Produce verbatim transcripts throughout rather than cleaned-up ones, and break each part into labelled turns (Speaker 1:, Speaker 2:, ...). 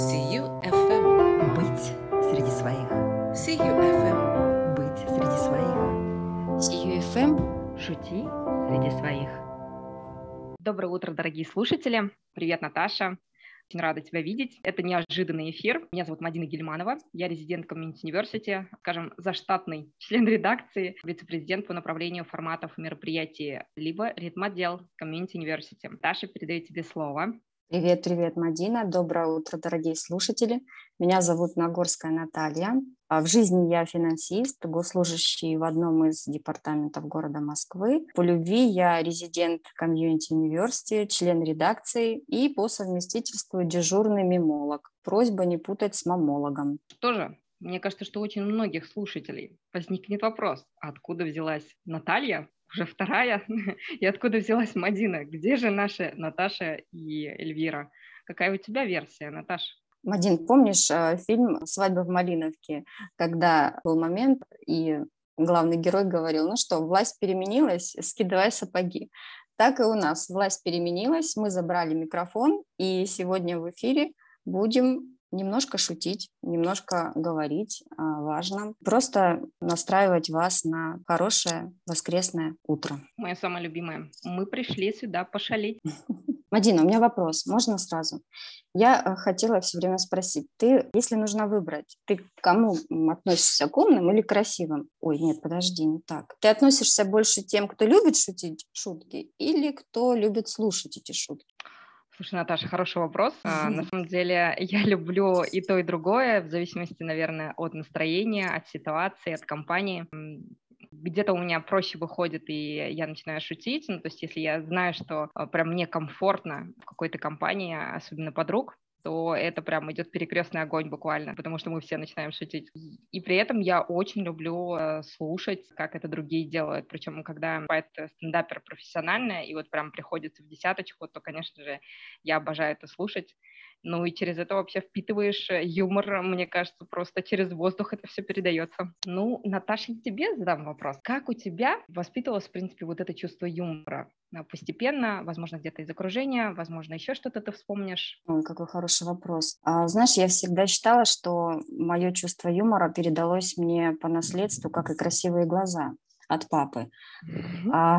Speaker 1: Си Ю эф эм.
Speaker 2: Быть среди своих.
Speaker 1: Си Ю эф эм.
Speaker 2: Быть среди своих.
Speaker 3: Си Ю эф эм.
Speaker 2: Шути среди своих.
Speaker 4: Доброе утро, дорогие слушатели. Привет, Наташа. Очень рада тебя видеть. Это неожиданный эфир. Меня зовут Мадина Гильманова. Я резидент Community University, скажем, заштатный член редакции, вице-президент по направлению форматов мероприятий, либо ритм-отдел Community University. Наташа, передаю тебе слово.
Speaker 3: Привет, привет, Мадина. Доброе утро, дорогие слушатели. Меня зовут Нагорская Наталья. В жизни я финансист, госслужащий в одном из департаментов города Москвы. По любви я резидент Community University, член редакции и по совместительству дежурный мимолог. Просьба не путать с мамологом.
Speaker 4: Тоже, мне кажется, что у очень многих слушателей возникнет вопрос, откуда взялась Наталья? Уже вторая. И откуда взялась Мадина? Где же наши Наташа и Эльвира? Какая у тебя версия, Наташа?
Speaker 3: Мадин, помнишь э, фильм «Свадьба в Малиновке», когда был момент, и главный герой говорил, ну что, власть переменилась, скидывай сапоги. Так и у нас. Власть переменилась, мы забрали микрофон, и сегодня в эфире будем немножко шутить, немножко говорить о важном, просто настраивать вас на хорошее воскресное утро.
Speaker 4: Моя самая любимая. Мы пришли сюда пошалить.
Speaker 3: Мадина, у меня вопрос, можно сразу? Я хотела все время спросить, ты, если нужно выбрать, ты к кому относишься, к умным или красивым? Ой, нет, подожди, не так. Ты относишься больше тем, кто любит шутить шутки, или кто любит слушать эти шутки?
Speaker 4: Слушай, Наташа, хороший вопрос. А, на самом деле я люблю и то, и другое, в зависимости, наверное, от настроения, от ситуации, от компании. Где-то у меня проще выходит, и я начинаю шутить. Ну, то есть если я знаю, что а, прям мне комфортно в какой-то компании, особенно подруг, то это прям идет перекрестный огонь буквально, потому что мы все начинаем шутить. И при этом я очень люблю э, слушать, как это другие делают. Причем, когда бывает стендапер профессиональный, и вот прям приходится в десяточку, то, конечно же, я обожаю это слушать. Ну и через это вообще впитываешь юмор, мне кажется, просто через воздух это все передается. Ну, Наташа, тебе задам вопрос. Как у тебя воспитывалось, в принципе, вот это чувство юмора? Постепенно, возможно, где-то из окружения, возможно, еще что-то ты вспомнишь.
Speaker 3: Ой, какой хороший вопрос. А, знаешь, я всегда считала, что мое чувство юмора передалось мне по наследству, как и красивые глаза от папы. А,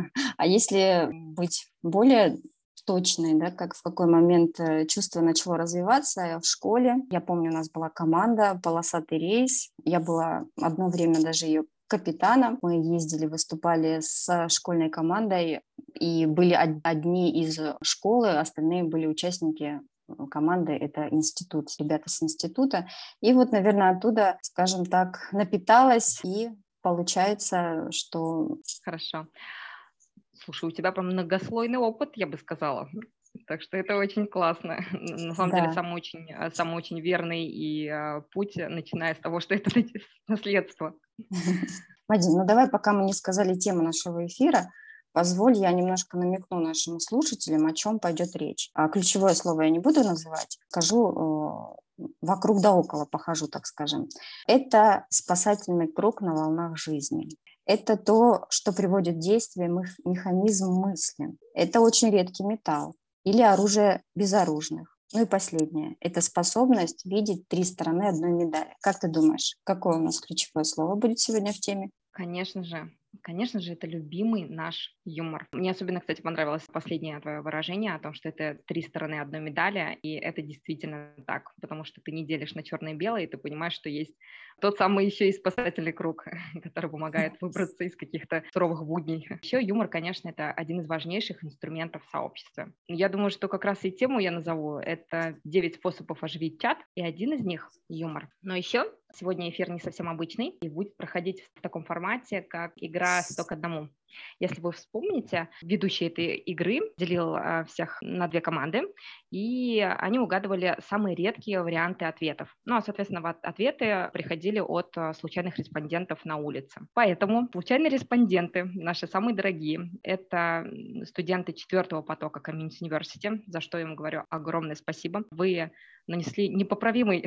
Speaker 3: а если быть более точной, да, как в какой момент чувство начало развиваться в школе. Я помню, у нас была команда «Полосатый рейс». Я была одно время даже ее капитаном. Мы ездили, выступали с школьной командой, и были одни из школы, остальные были участники команды, это институт, ребята с института. И вот, наверное, оттуда, скажем так, напиталась, и получается, что...
Speaker 4: Хорошо. Слушай, у тебя прям многослойный опыт, я бы сказала. Так что это очень классно. На самом
Speaker 3: Да.
Speaker 4: деле, самый очень, самый очень верный и а, путь, начиная с того, что это наследство.
Speaker 3: Мадин, ну давай, пока мы не сказали тему нашего эфира, позволь, я немножко намекну нашим слушателям, о чем пойдет речь. А ключевое слово я не буду называть, скажу э, вокруг да около, похожу, так скажем. Это спасательный круг на волнах жизни. Это то, что приводит в действие механизм мысли. Это очень редкий металл или оружие безоружных. Ну и последнее. Это способность видеть три стороны одной медали. Как ты думаешь, какое у нас ключевое слово будет сегодня в теме?
Speaker 4: Конечно же. Конечно же, это любимый наш юмор. Мне особенно, кстати, понравилось последнее твое выражение о том, что это три стороны одной медали, и это действительно так, потому что ты не делишь на черное и белое, и ты понимаешь, что есть тот самый еще и спасательный круг, который помогает выбраться из каких-то суровых будней. Еще юмор, конечно, это один из важнейших инструментов сообщества. Я думаю, что как раз и тему я назову. Это девять способов оживить чат, и один из них — юмор. Но еще сегодня эфир не совсем обычный и будет проходить в таком формате, как игра сто к одному. Если вы вспомните, ведущий этой игры делил а, всех на две команды, и они угадывали самые редкие варианты ответов. Ну, а, соответственно, ответы приходили от а, случайных респондентов на улице. Поэтому случайные респонденты, наши самые дорогие, это студенты четвертого потока Community University, за что я им говорю огромное спасибо. Вы нанесли непоправимый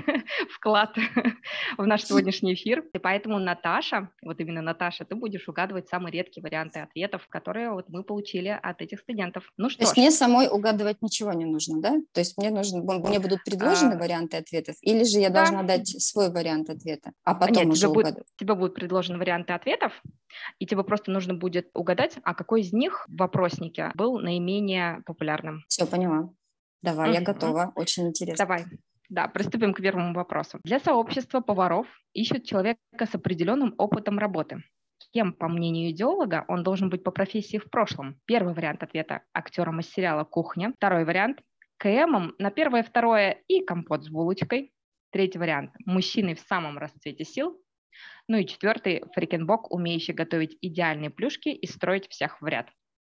Speaker 4: вклад в наш сегодняшний эфир. И поэтому, Наташа, вот именно Наташа, ты будешь угадывать самые редкие редкие варианты ответов, которые вот мы получили от этих студентов. Ну
Speaker 3: То
Speaker 4: что
Speaker 3: есть
Speaker 4: ж,
Speaker 3: мне самой угадывать ничего не нужно, да? То есть мне нужно, бу- мне будут предложены
Speaker 4: а,
Speaker 3: варианты ответов, или же я
Speaker 4: да,
Speaker 3: должна дать свой вариант ответа, а
Speaker 4: а, нет,
Speaker 3: потом
Speaker 4: тебе
Speaker 3: уже
Speaker 4: будет,
Speaker 3: угадывать.
Speaker 4: тебе будут предложены варианты ответов, и тебе просто нужно будет угадать, а какой из них в вопроснике был наименее популярным.
Speaker 3: Все, поняла. Давай, я
Speaker 4: Мгм.
Speaker 3: готова. Очень интересно.
Speaker 4: Давай. Да, приступим к первому вопросу. Для сообщества поваров ищут человека с определенным опытом работы. Кем, по мнению идеолога, он должен быть по профессии в прошлом? Первый вариант ответа – актером из сериала «Кухня». Второй вариант – КМом на первое, второе и компот с булочкой. Третий вариант – мужчиной в самом расцвете сил. Ну и четвертый – фрикенбок, умеющий готовить идеальные плюшки и строить всех в ряд.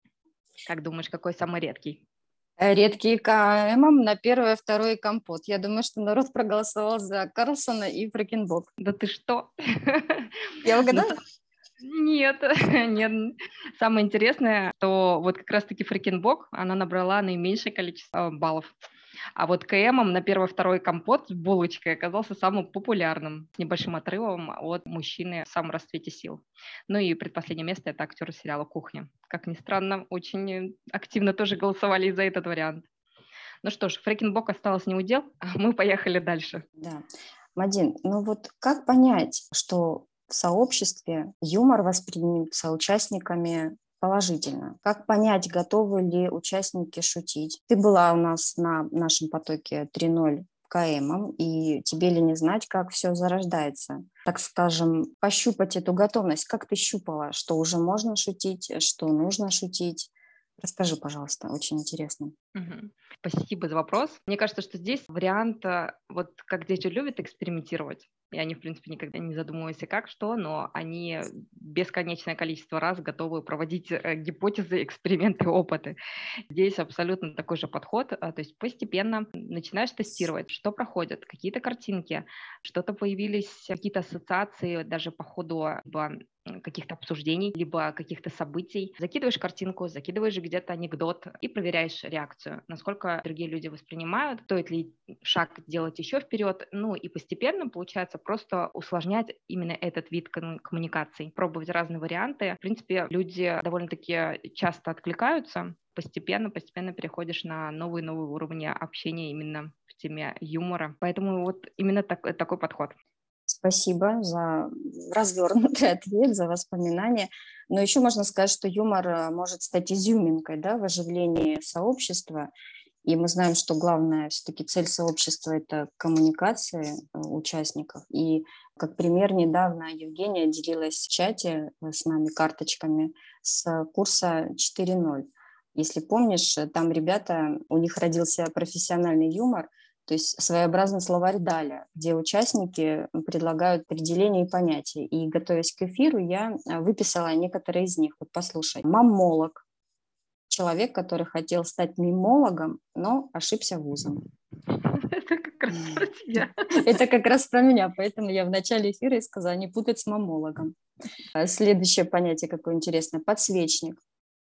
Speaker 4: Как думаешь, какой самый редкий?
Speaker 3: Э, Редкий КМом на первое, второе компот. Я думаю, что народ проголосовал за Карлсона и Фрекенбок.
Speaker 4: Да ты что?
Speaker 3: Я
Speaker 4: Ну,
Speaker 3: угадала?
Speaker 4: нет, нет. Самое интересное, что вот как раз-таки Фрикенбок, она набрала наименьшее количество баллов. А вот КМом на первый, второй компот с булочкой оказался самым популярным, с небольшим отрывом от мужчины в самом расцвете сил. Ну и предпоследнее место – это актер сериала «Кухня». Как ни странно, очень активно тоже голосовали за этот вариант. Ну что ж, Фрикенбок осталось неудел, а мы поехали дальше.
Speaker 3: Да. Мадин, ну вот как понять, что в сообществе юмор воспринимается участниками положительно? Как понять, готовы ли участники шутить? Ты была у нас на нашем потоке три ноль КМом, и тебе ли не знать, как все зарождается? Так скажем, пощупать эту готовность. Как ты щупала, что уже можно шутить, что нужно шутить? Расскажи, пожалуйста, очень интересно.
Speaker 4: Мгм. Спасибо за вопрос. Мне кажется, что здесь вариант, а, вот как дети любят экспериментировать, и они, в принципе, никогда не задумываются как, что, но они бесконечное количество раз готовы проводить э, гипотезы, эксперименты, опыты. Здесь абсолютно такой же подход, а, то есть постепенно начинаешь тестировать, что проходит, какие-то картинки, что-то появились, какие-то ассоциации даже по ходу либо м, каких-то обсуждений, либо каких-то событий. Закидываешь картинку, закидываешь где-то анекдот и проверяешь реакцию, насколько другие люди воспринимают, стоит ли шаг делать еще вперед, ну и постепенно, получается, просто усложнять именно этот вид ком- коммуникаций, пробовать разные варианты. В принципе, люди довольно-таки часто откликаются, постепенно, постепенно переходишь на новые-новые уровни общения именно в теме юмора. Поэтому вот именно так- такой подход.
Speaker 3: Спасибо за развернутый ответ, за воспоминания. Но еще можно сказать, что юмор э, может стать изюминкой, да, в оживлении сообщества. И мы знаем, что главная все-таки цель сообщества – это коммуникация э, участников. И как пример, недавно Евгения делилась в чате э, с нами карточками с курса четыре ноль. Если помнишь, э, там ребята, у них родился профессиональный юмор, то есть своеобразный словарь Даля, где участники предлагают определения и понятия. И, готовясь к эфиру, я э, выписала некоторые из них. Вот послушай. Маммолог. Человек, который хотел стать мимологом, но ошибся вузом.
Speaker 4: Это как раз про тебя.
Speaker 3: Это как раз про меня, поэтому я в начале эфира и сказала, не путать с мамологом. А Следующее понятие какое интересное – подсвечник.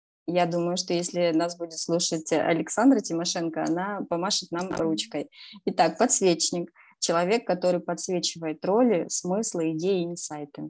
Speaker 3: Я думаю, что если нас будет слушать Александра Тимошенко, она помашет нам ручкой. Итак, подсвечник. Человек, который подсвечивает роли, смыслы, идеи, инсайты.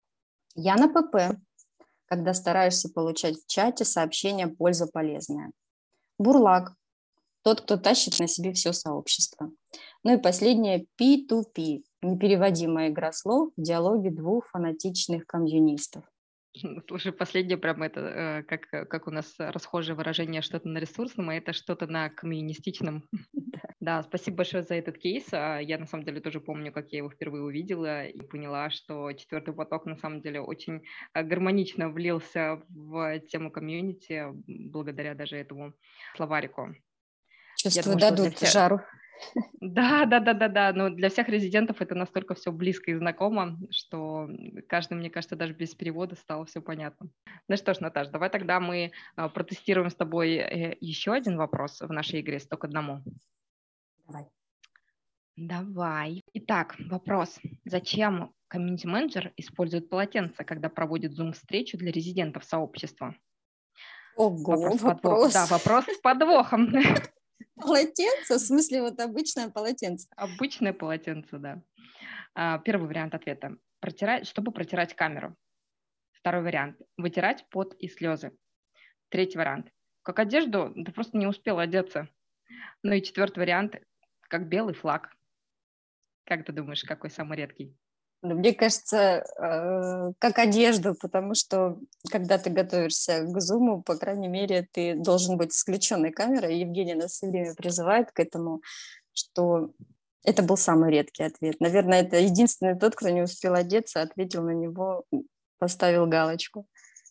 Speaker 3: Я на ПП, когда стараешься получать в чате сообщения «польза полезная». Бурлак. Тот, кто тащит на себе все сообщество. Ну и последнее пи ту пи. Непереводимая игра слов в диалоге двух фанатичных комьюнистов.
Speaker 4: Слушай, последнее прям это, э, как, как у нас расхожее выражение что-то на ресурсном, а это что-то на коммунистичном. Да, спасибо большое за этот кейс. А, Я на самом деле тоже помню, как я его впервые увидела и поняла, что четвертый поток на самом деле очень а, гармонично влился в тему комьюнити м, благодаря даже этому словарику. Я
Speaker 3: Чувствую,
Speaker 4: думаю, что для
Speaker 3: дадут
Speaker 4: всех...
Speaker 3: жару.
Speaker 4: Да, да, да, да, да, но для всех резидентов это настолько все близко и знакомо, что каждый, мне кажется, даже без перевода стало все понятно. Ну что ж, Наташ, давай тогда мы а, протестируем с тобой э, еще один вопрос в нашей игре «сто к одному».
Speaker 3: Давай.
Speaker 4: Давай. Итак, вопрос. Зачем комьюнити-менеджер использует полотенце, когда проводит зум-встречу для резидентов сообщества?
Speaker 3: Ого,
Speaker 4: Вопрос с подвохом.
Speaker 3: вопрос.
Speaker 4: Да, вопрос с подвохом.
Speaker 3: Полотенце? В смысле, вот обычное полотенце?
Speaker 4: Обычное полотенце, да. А, Первый вариант ответа. Протирать, чтобы протирать камеру. Второй вариант. Вытирать пот и слезы. Третий вариант. Как одежду, да просто не успел одеться. Ну и четвертый вариант. Как белый флаг. Как ты думаешь, какой самый редкий?
Speaker 3: Ну, мне кажется, э, как одежду, потому что когда ты готовишься к зуму, по крайней мере, ты должен быть с включенной камерой. И Евгения нас все время призывает к этому, что это был самый редкий ответ. Наверное, это единственный тот, кто не успел одеться, ответил на него, поставил галочку.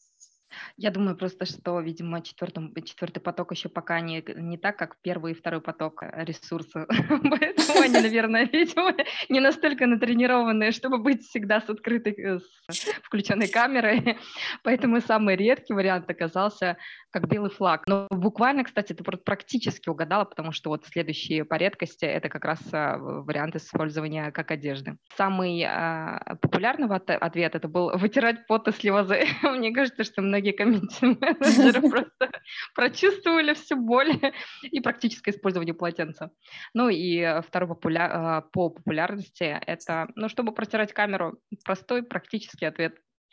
Speaker 4: Я думаю просто, что, видимо, четвертым, четвертый поток еще пока не, не так, как первый и второй поток ресурса. Поэтому они, наверное, видимо, не настолько натренированные, чтобы быть всегда с открытой, с включенной камерой. Поэтому самый редкий вариант оказался как белый флаг. Но буквально, кстати, ты практически угадала, потому что вот следующие по редкости это как раз вариант использования как одежды. Самый а, популярный ответ это был вытирать пот и слезы. Мне кажется, что многие комьюнити-менеджеры просто прочувствовали всю боль и практическое использование полотенца. Ну и второй популя... по популярности это, ну, чтобы протирать камеру, простой практический ответ.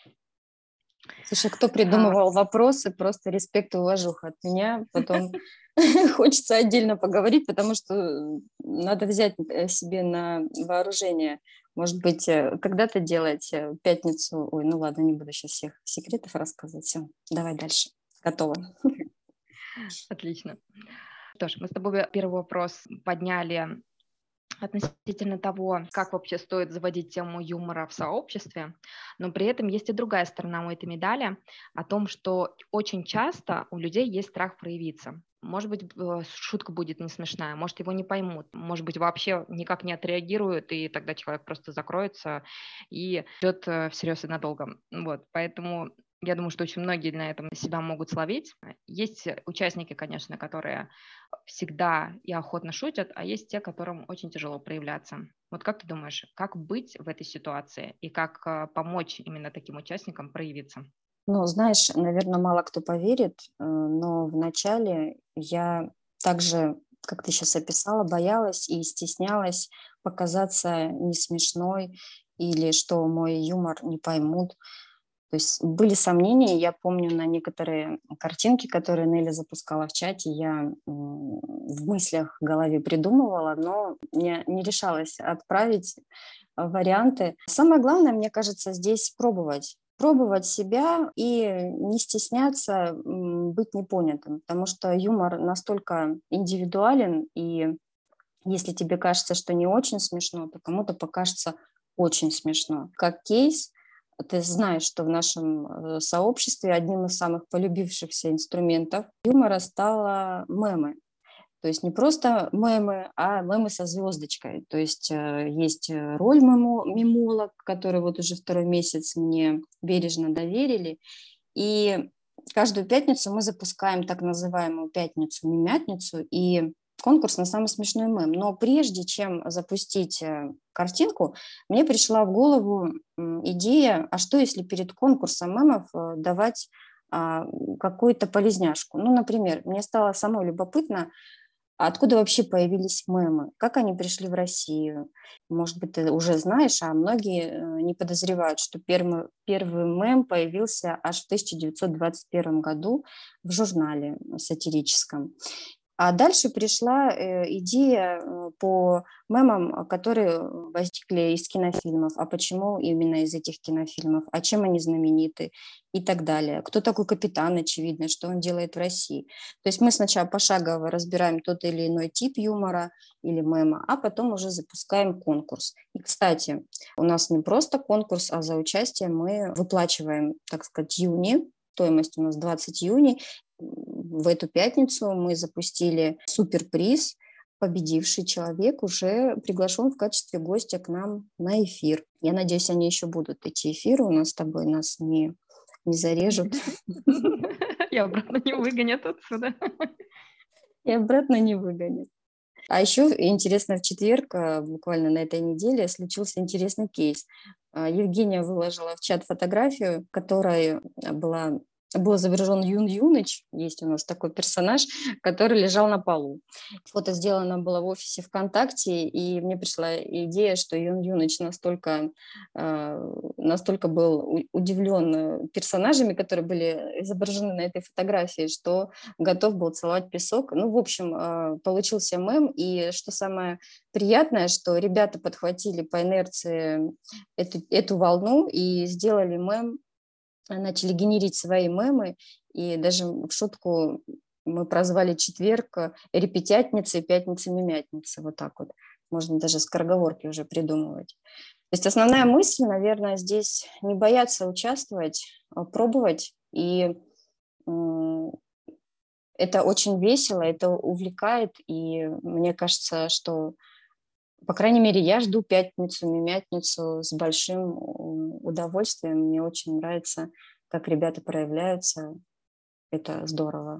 Speaker 3: Слушай, кто придумывал вопросы, просто респект и уважуха от меня. Потом хочется отдельно поговорить, потому что надо взять себе на вооружение. Может быть, когда-то делать пятницу... Ой, ну ладно, не буду сейчас всех секретов рассказывать. Все, давай дальше. Готово.
Speaker 4: Отлично. Что ж, мы с тобой первый вопрос подняли относительно того, как вообще стоит заводить тему юмора в сообществе, но при этом есть и другая сторона у этой медали о том, что очень часто у людей есть страх проявиться. Может быть, шутка будет не смешная, может, его не поймут, может быть, вообще никак не отреагируют, и тогда человек просто закроется и идет всерьез и надолго. Вот, поэтому я думаю, что очень многие на этом себя могут словить. Есть участники, конечно, которые всегда и охотно шутят, а есть те, которым очень тяжело проявляться. Вот как ты думаешь, как быть в этой ситуации и как помочь именно таким участникам проявиться?
Speaker 3: Ну, знаешь, наверное, мало кто поверит, но вначале я также, как ты сейчас описала, боялась и стеснялась показаться не смешной или что мой юмор не поймут. То есть были сомнения, я помню на некоторые картинки, которые Нелли запускала в чате, я в мыслях в голове придумывала, но не, не решалась отправить варианты. Самое главное, мне кажется, здесь пробовать. Пробовать себя и не стесняться быть непонятым, потому что юмор настолько индивидуален, и если тебе кажется, что не очень смешно, то кому-то покажется очень смешно. Как кейс, ты знаешь, что в нашем сообществе одним из самых полюбившихся инструментов юмора стало мемы. То есть не просто мемы, а мемы со звездочкой. То есть э, есть роль мемо, мемолог, который вот уже второй месяц мне бережно доверили. И каждую пятницу мы запускаем так называемую пятницу-мемятницу и конкурс на самый смешной мем. Но прежде чем запустить картинку, мне пришла в голову идея, а что если перед конкурсом мемов давать а, какую-то полезняшку? Ну, например, мне стало самой любопытно, откуда вообще появились мемы, как они пришли в Россию. Может быть, ты уже знаешь, а многие не подозревают, что первый, первый мем появился аж в тысяча девятьсот двадцать первом году в журнале сатирическом. А дальше пришла идея по мемам, которые возникли из кинофильмов. А почему именно из этих кинофильмов? А чем они знамениты? И так далее. Кто такой Капитан, очевидно, что он делает в России? То есть мы сначала пошагово разбираем тот или иной тип юмора или мема, а потом уже запускаем конкурс. И, кстати, у нас не просто конкурс, а за участие мы выплачиваем, так сказать, юни. Стоимость у нас двадцать юней. В эту пятницу мы запустили суперприз. Победивший человек уже приглашен в качестве гостя к нам на эфир. Я надеюсь, они еще будут, эти эфиры у нас с тобой, нас не, не зарежут.
Speaker 4: И обратно не выгонят отсюда.
Speaker 3: И обратно не выгонят. А еще интересно, в четверг, буквально на этой неделе, случился интересный кейс. Евгения выложила в чат фотографию, которая была был изображен Юн Юныч, есть у нас такой персонаж, который лежал на полу. Фото сделано было в офисе ВКонтакте, и мне пришла идея, что Юн Юныч настолько, э, настолько был у- удивлен персонажами, которые были изображены на этой фотографии, что готов был целовать песок. Ну, в общем, э, получился мем, и что самое приятное, что ребята подхватили по инерции эту, эту волну и сделали мем, начали генерить свои мемы, и даже в шутку мы прозвали четверг э, репетятница и пятница мимятница, вот так вот. Можно даже скороговорки уже придумывать. То есть основная мысль, наверное, здесь не бояться участвовать, а пробовать, и м, это очень весело, это увлекает, и мне кажется, что, по крайней мере, я жду пятницу, мимятницу с большим м, удовольствием. Мне очень нравится, как ребята проявляются. Это здорово.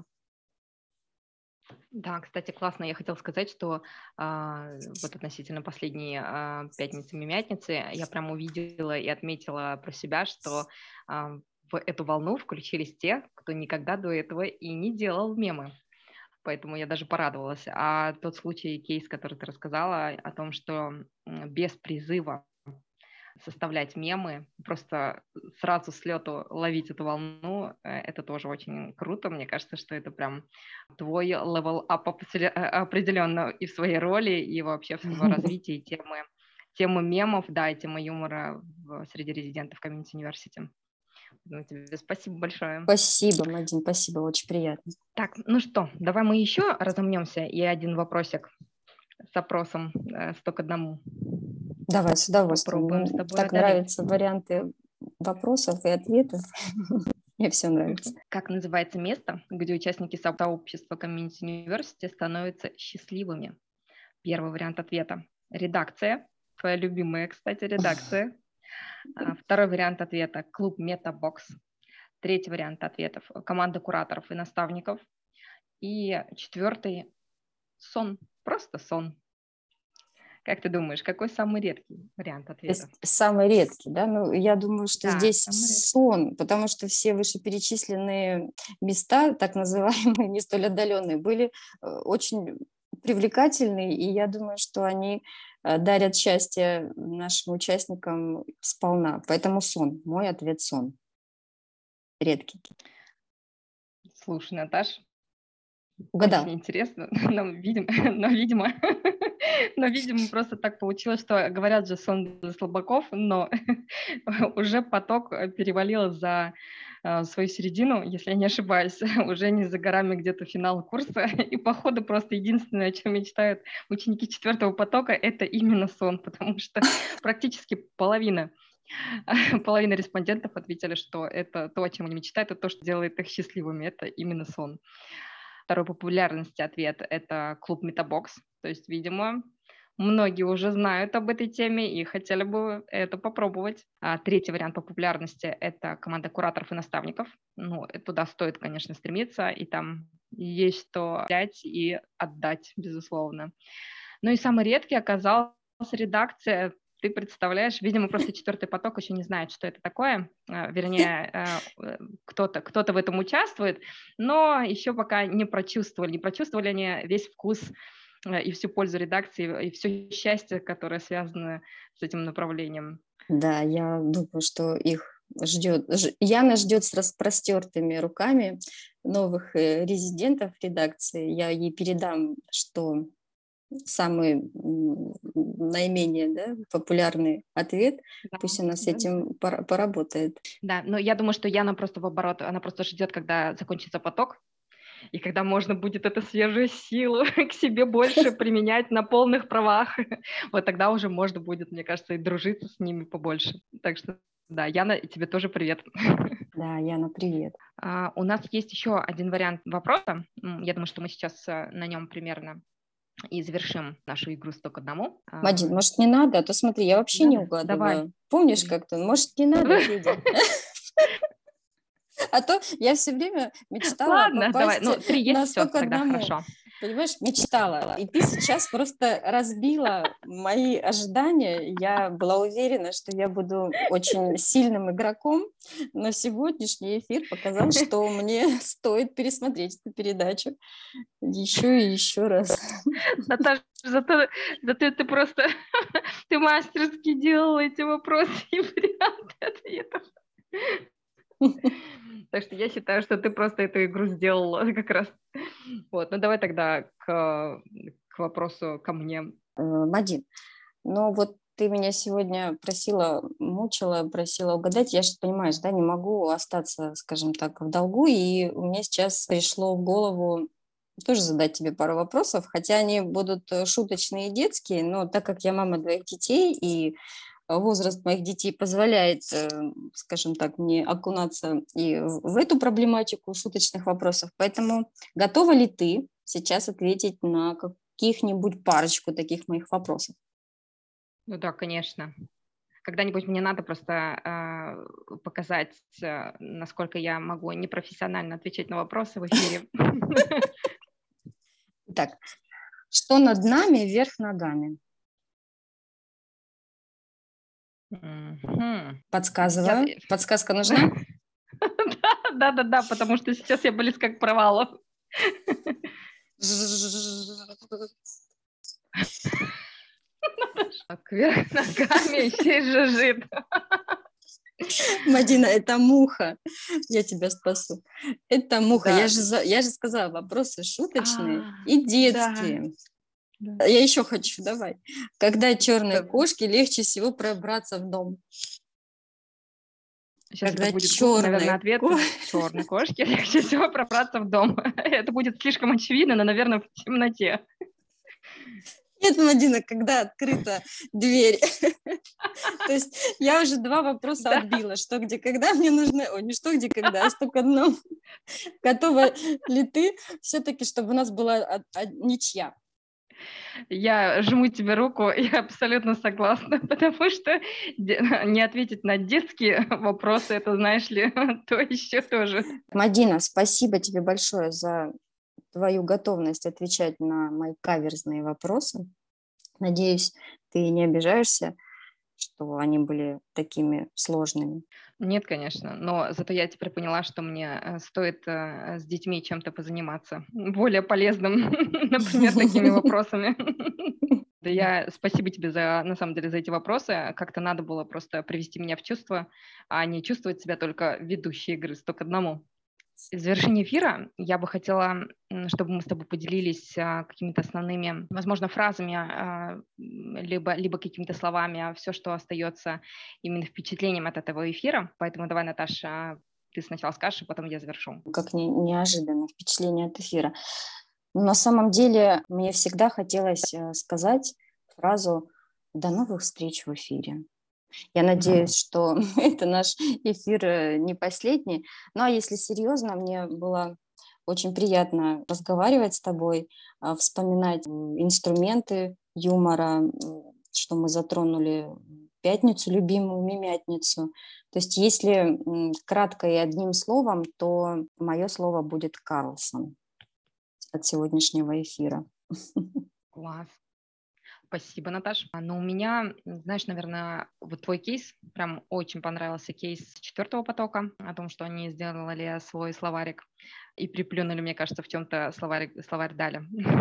Speaker 4: Да, кстати, классно. Я хотела сказать, что а, вот относительно последней а, пятницы-мимятницы я прям увидела и отметила про себя, что а, в эту волну включились те, кто никогда до этого и не делал мемы. Поэтому я даже порадовалась. А тот случай, кейс, который ты рассказала, о том, что м, без призыва составлять мемы, просто сразу с лету ловить эту волну, э, это тоже очень круто. Мне кажется, что это прям твой level up определе- э, определенно и в своей роли, и вообще в в развитии темы, темы мемов, да, и темы юмора в- среди резидентов Community University. Поэтому тебе спасибо большое.
Speaker 3: Спасибо, Мадин, спасибо, очень приятно.
Speaker 4: Так, ну что, давай мы еще разомнемся и один вопросик с опросом э, сто к одному
Speaker 3: Давай, с удовольствием.
Speaker 4: попробуем
Speaker 3: Мне
Speaker 4: с тобой
Speaker 3: так
Speaker 4: одолеть.
Speaker 3: нравятся варианты вопросов и ответов. Мне все нравится.
Speaker 4: Как называется место, где участники сообщества Community University становятся счастливыми? Первый вариант ответа – редакция. Твоя любимая, кстати, редакция. А, Второй вариант ответа – клуб Метабокс. Третий вариант ответов – команда кураторов и наставников. И четвертый – сон. Просто сон. Как ты думаешь, какой самый редкий вариант
Speaker 3: То
Speaker 4: ответа?
Speaker 3: есть самый редкий, да? Ну, я думаю, что
Speaker 4: Да,
Speaker 3: здесь
Speaker 4: самый редкий.
Speaker 3: сон, потому что все вышеперечисленные места, так называемые, не столь отдаленные, были э, очень привлекательные, и я думаю, что они э, дарят счастье нашим участникам сполна. Поэтому сон. Мой ответ – сон. Редкий.
Speaker 4: Слушай, Наташ,
Speaker 3: Угадал.
Speaker 4: очень интересно, но, видимо, но, видимо, но, видимо, просто так получилось, что говорят же сон для слабаков, но уже поток перевалил за э, свою середину, если я не ошибаюсь, уже не за горами где-то финал курса, и походу просто единственное, о чем мечтают ученики четвертого потока, это именно сон, потому что практически половина половина респондентов ответили, что это то, о чем они мечтают, это то, что делает их счастливыми, это именно сон. Второй популярности ответ – это клуб Метабокс. То есть, видимо, многие уже знают об этой теме и хотели бы это попробовать. А третий вариант по популярности – это команда кураторов и наставников. Ну, э, туда стоит, конечно, стремиться, и там есть что взять и отдать, безусловно. Ну и самый редкий оказался редакция. Ты представляешь, видимо, просто четвертый поток еще не знает, что это такое. А, Вернее, э, э, кто-то, кто-то в этом участвует, но еще пока не прочувствовали, не прочувствовали они весь вкус э, и всю пользу редакции, и все счастье, которое связано с этим направлением.
Speaker 3: Да, я думаю, что их ждет, ж- Яна ждет с распростертыми руками новых э, резидентов редакции. Я ей передам, что самый м, наименее, да, популярный ответ.
Speaker 4: Да,
Speaker 3: Пусть она с
Speaker 4: да, да.
Speaker 3: этим пора- поработает.
Speaker 4: Да, но я думаю, что Яна просто в оборот, она просто ждет, когда закончится поток, и когда можно будет эту свежую силу к себе больше применять на полных правах, вот тогда уже можно будет, мне кажется, и дружиться с ними побольше. Так что, да, Яна, и тебе тоже привет.
Speaker 3: Да, Яна, привет.
Speaker 4: А, У нас есть еще один вариант вопроса. М, Я думаю, что мы сейчас э, на нем примерно и завершим нашу игру сто к одному. А,
Speaker 3: Мадин, может, не надо? А то смотри, я вообще не
Speaker 4: Надо? Давай.
Speaker 3: угадываю. Помнишь
Speaker 4: Ой.
Speaker 3: как-то? Может, не надо, Федя? А то я все время мечтала
Speaker 4: Ладно, давай. Ну,
Speaker 3: попасть
Speaker 4: три
Speaker 3: на
Speaker 4: есть, все,
Speaker 3: сто к
Speaker 4: тогда
Speaker 3: одному.
Speaker 4: хорошо.
Speaker 3: понимаешь, мечтала. И ты сейчас просто разбила мои ожидания. Я была уверена, что я буду очень сильным игроком, но сегодняшний эфир показал, что мне стоит пересмотреть эту передачу еще и еще раз.
Speaker 4: Наташа, зато, зато ты просто, ты мастерски делала эти вопросы и варианты ответов. Так что я считаю, что ты просто эту игру сделала как раз. Вот, ну давай тогда к, к вопросу ко мне.
Speaker 3: Мадин, но вот ты меня сегодня просила, мучила, просила угадать. Я же, понимаешь, да, не могу остаться, скажем так, в долгу. И у меня сейчас пришло в голову тоже задать тебе пару вопросов, хотя они будут шуточные и детские, но так как я мама двоих детей, и возраст моих детей позволяет, скажем так, мне окунаться и в эту проблематику шуточных вопросов. Поэтому готова ли ты сейчас ответить на каких-нибудь парочку таких моих вопросов?
Speaker 4: Ну да, конечно. Когда-нибудь мне надо просто э, показать, э, насколько я могу непрофессионально отвечать на вопросы в эфире.
Speaker 3: Так, что над нами, вверх ногами? Подсказываю.
Speaker 4: Я-
Speaker 3: Подсказка нужна?
Speaker 4: Да, да, да, потому что сейчас я близко к провалу. Кверх ногами все жужжит.
Speaker 3: Мадина, это муха. Я тебя спасу. Это муха.
Speaker 4: Да.
Speaker 3: Я же, за- я же сказала, вопросы шуточные
Speaker 4: А,
Speaker 3: и детские.
Speaker 4: да.
Speaker 3: Я еще хочу, давай. Когда черные
Speaker 4: Да.
Speaker 3: кошки, легче всего пробраться в дом.
Speaker 4: Сейчас
Speaker 3: Когда
Speaker 4: это будет,
Speaker 3: черные
Speaker 4: наверное, ответ
Speaker 3: ко-
Speaker 4: черной кошки. Легче всего пробраться в дом. Это будет слишком очевидно, но, наверное, в темноте.
Speaker 3: Нет, Мадина, когда открыта дверь. То есть я уже два вопроса
Speaker 4: Да.
Speaker 3: отбила. Что, где, когда мне нужно... Ой, не что, где, когда, а что к одному. Готова ли ты все-таки, чтобы у нас была а- а- ничья?
Speaker 4: Я жму тебе руку, я абсолютно согласна, потому что де- не ответить на детские вопросы, это, знаешь ли, то еще тоже.
Speaker 3: Мадина, спасибо тебе большое за твою готовность отвечать на мои каверзные вопросы. Надеюсь, ты не обижаешься, что они были такими сложными.
Speaker 4: Нет, конечно, но зато я теперь поняла, что мне э, стоит э, с детьми чем-то позаниматься, более полезным, например, такими вопросами. Да я спасибо тебе за, на самом деле, за эти вопросы. Как-то надо было просто привести меня в чувство, а не чувствовать себя только ведущей игры сто к одному. В завершении эфира я бы хотела, м, чтобы мы с тобой поделились а, какими-то основными, возможно, фразами, а, м, либо, либо какими-то словами, все, что остается именно впечатлением от этого эфира. Поэтому давай, Наташа, ты сначала скажешь, а потом я завершу.
Speaker 3: Как не- неожиданно впечатление от эфира. Но на самом деле мне всегда хотелось э, сказать фразу «До новых встреч в эфире». Я надеюсь, что это наш эфир э, не последний. Ну а если серьезно, мне было очень приятно разговаривать с тобой, а, вспоминать м, инструменты юмора, м, что мы затронули пятницу, любимую мимятницу. То есть если м, кратко и одним словом, то мое слово будет Карлсон от сегодняшнего эфира.
Speaker 4: Класс. Спасибо, Наташ. А, Но у меня, м, знаешь, наверное, вот твой кейс, прям очень понравился кейс четвертого потока, о том, что они сделали свой словарик и приплюнули, мне кажется, в чем-то словарь, словарь дали.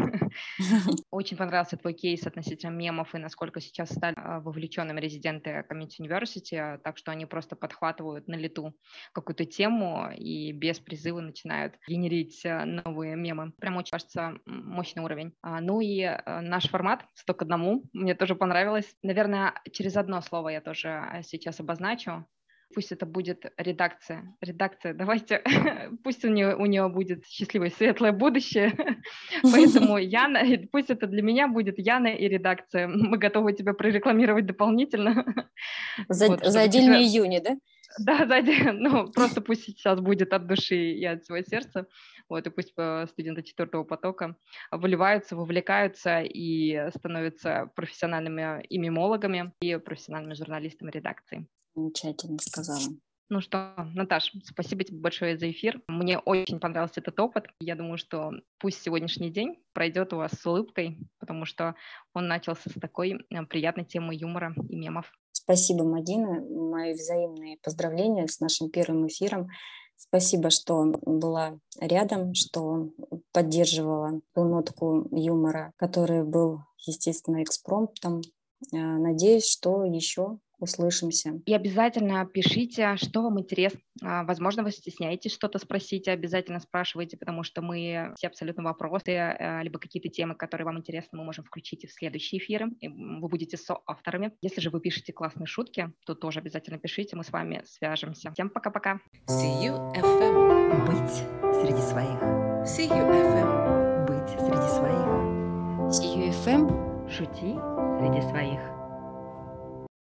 Speaker 4: Очень понравился твой кейс относительно мемов и насколько сейчас стали а, вовлеченными резиденты Community University, а, так что они просто подхватывают на лету какую-то тему и без призыва начинают генерить а, новые мемы. Прям очень, кажется, м, мощный уровень. А, Ну и а, наш формат сто к одному мне тоже понравилось. Наверное, через одно слово я тоже а, сейчас обозначу. Пусть это будет редакция. Редакция, давайте, пусть у нее, у нее будет счастливое, светлое будущее. Поэтому Яна, и пусть это для меня будет Яна и редакция. Мы готовы тебя прорекламировать дополнительно.
Speaker 3: За,
Speaker 4: Вот,
Speaker 3: за
Speaker 4: чтобы
Speaker 3: отдельные
Speaker 4: четвер-
Speaker 3: июни, да?
Speaker 4: Да, да, да, ну, просто пусть сейчас будет от души и от всего сердца. Вот, и пусть э, студенты четвертого потока выливаются, вовлекаются и становятся профессиональными и мемологами, и профессиональными журналистами редакции.
Speaker 3: Замечательно сказала.
Speaker 4: Ну что, Наташ, спасибо тебе большое за эфир. Мне очень понравился этот опыт. Я думаю, что пусть сегодняшний день пройдет у вас с улыбкой, потому что он начался с такой э, приятной темы юмора и мемов.
Speaker 3: Спасибо, Мадина. Мои взаимные поздравления с нашим первым эфиром. Спасибо, что была рядом, что поддерживала ту нотку юмора, который был, естественно, экспромтом. Э, Надеюсь, что еще услышимся.
Speaker 4: И обязательно пишите, что вам интересно. А, Возможно, вы стесняетесь что-то спросить, обязательно спрашивайте, потому что мы все абсолютно вопросы, э, либо какие-то темы, которые вам интересны, мы можем включить и в следующие эфиры. И м, вы будете соавторами. Если же вы пишете классные шутки, то тоже обязательно пишите, мы с вами свяжемся. Всем пока-пока.
Speaker 1: See you эф эм.
Speaker 2: Быть среди своих.
Speaker 1: See you эф эм.
Speaker 2: Быть среди своих.
Speaker 3: Сию эф эм.
Speaker 2: Шути среди своих.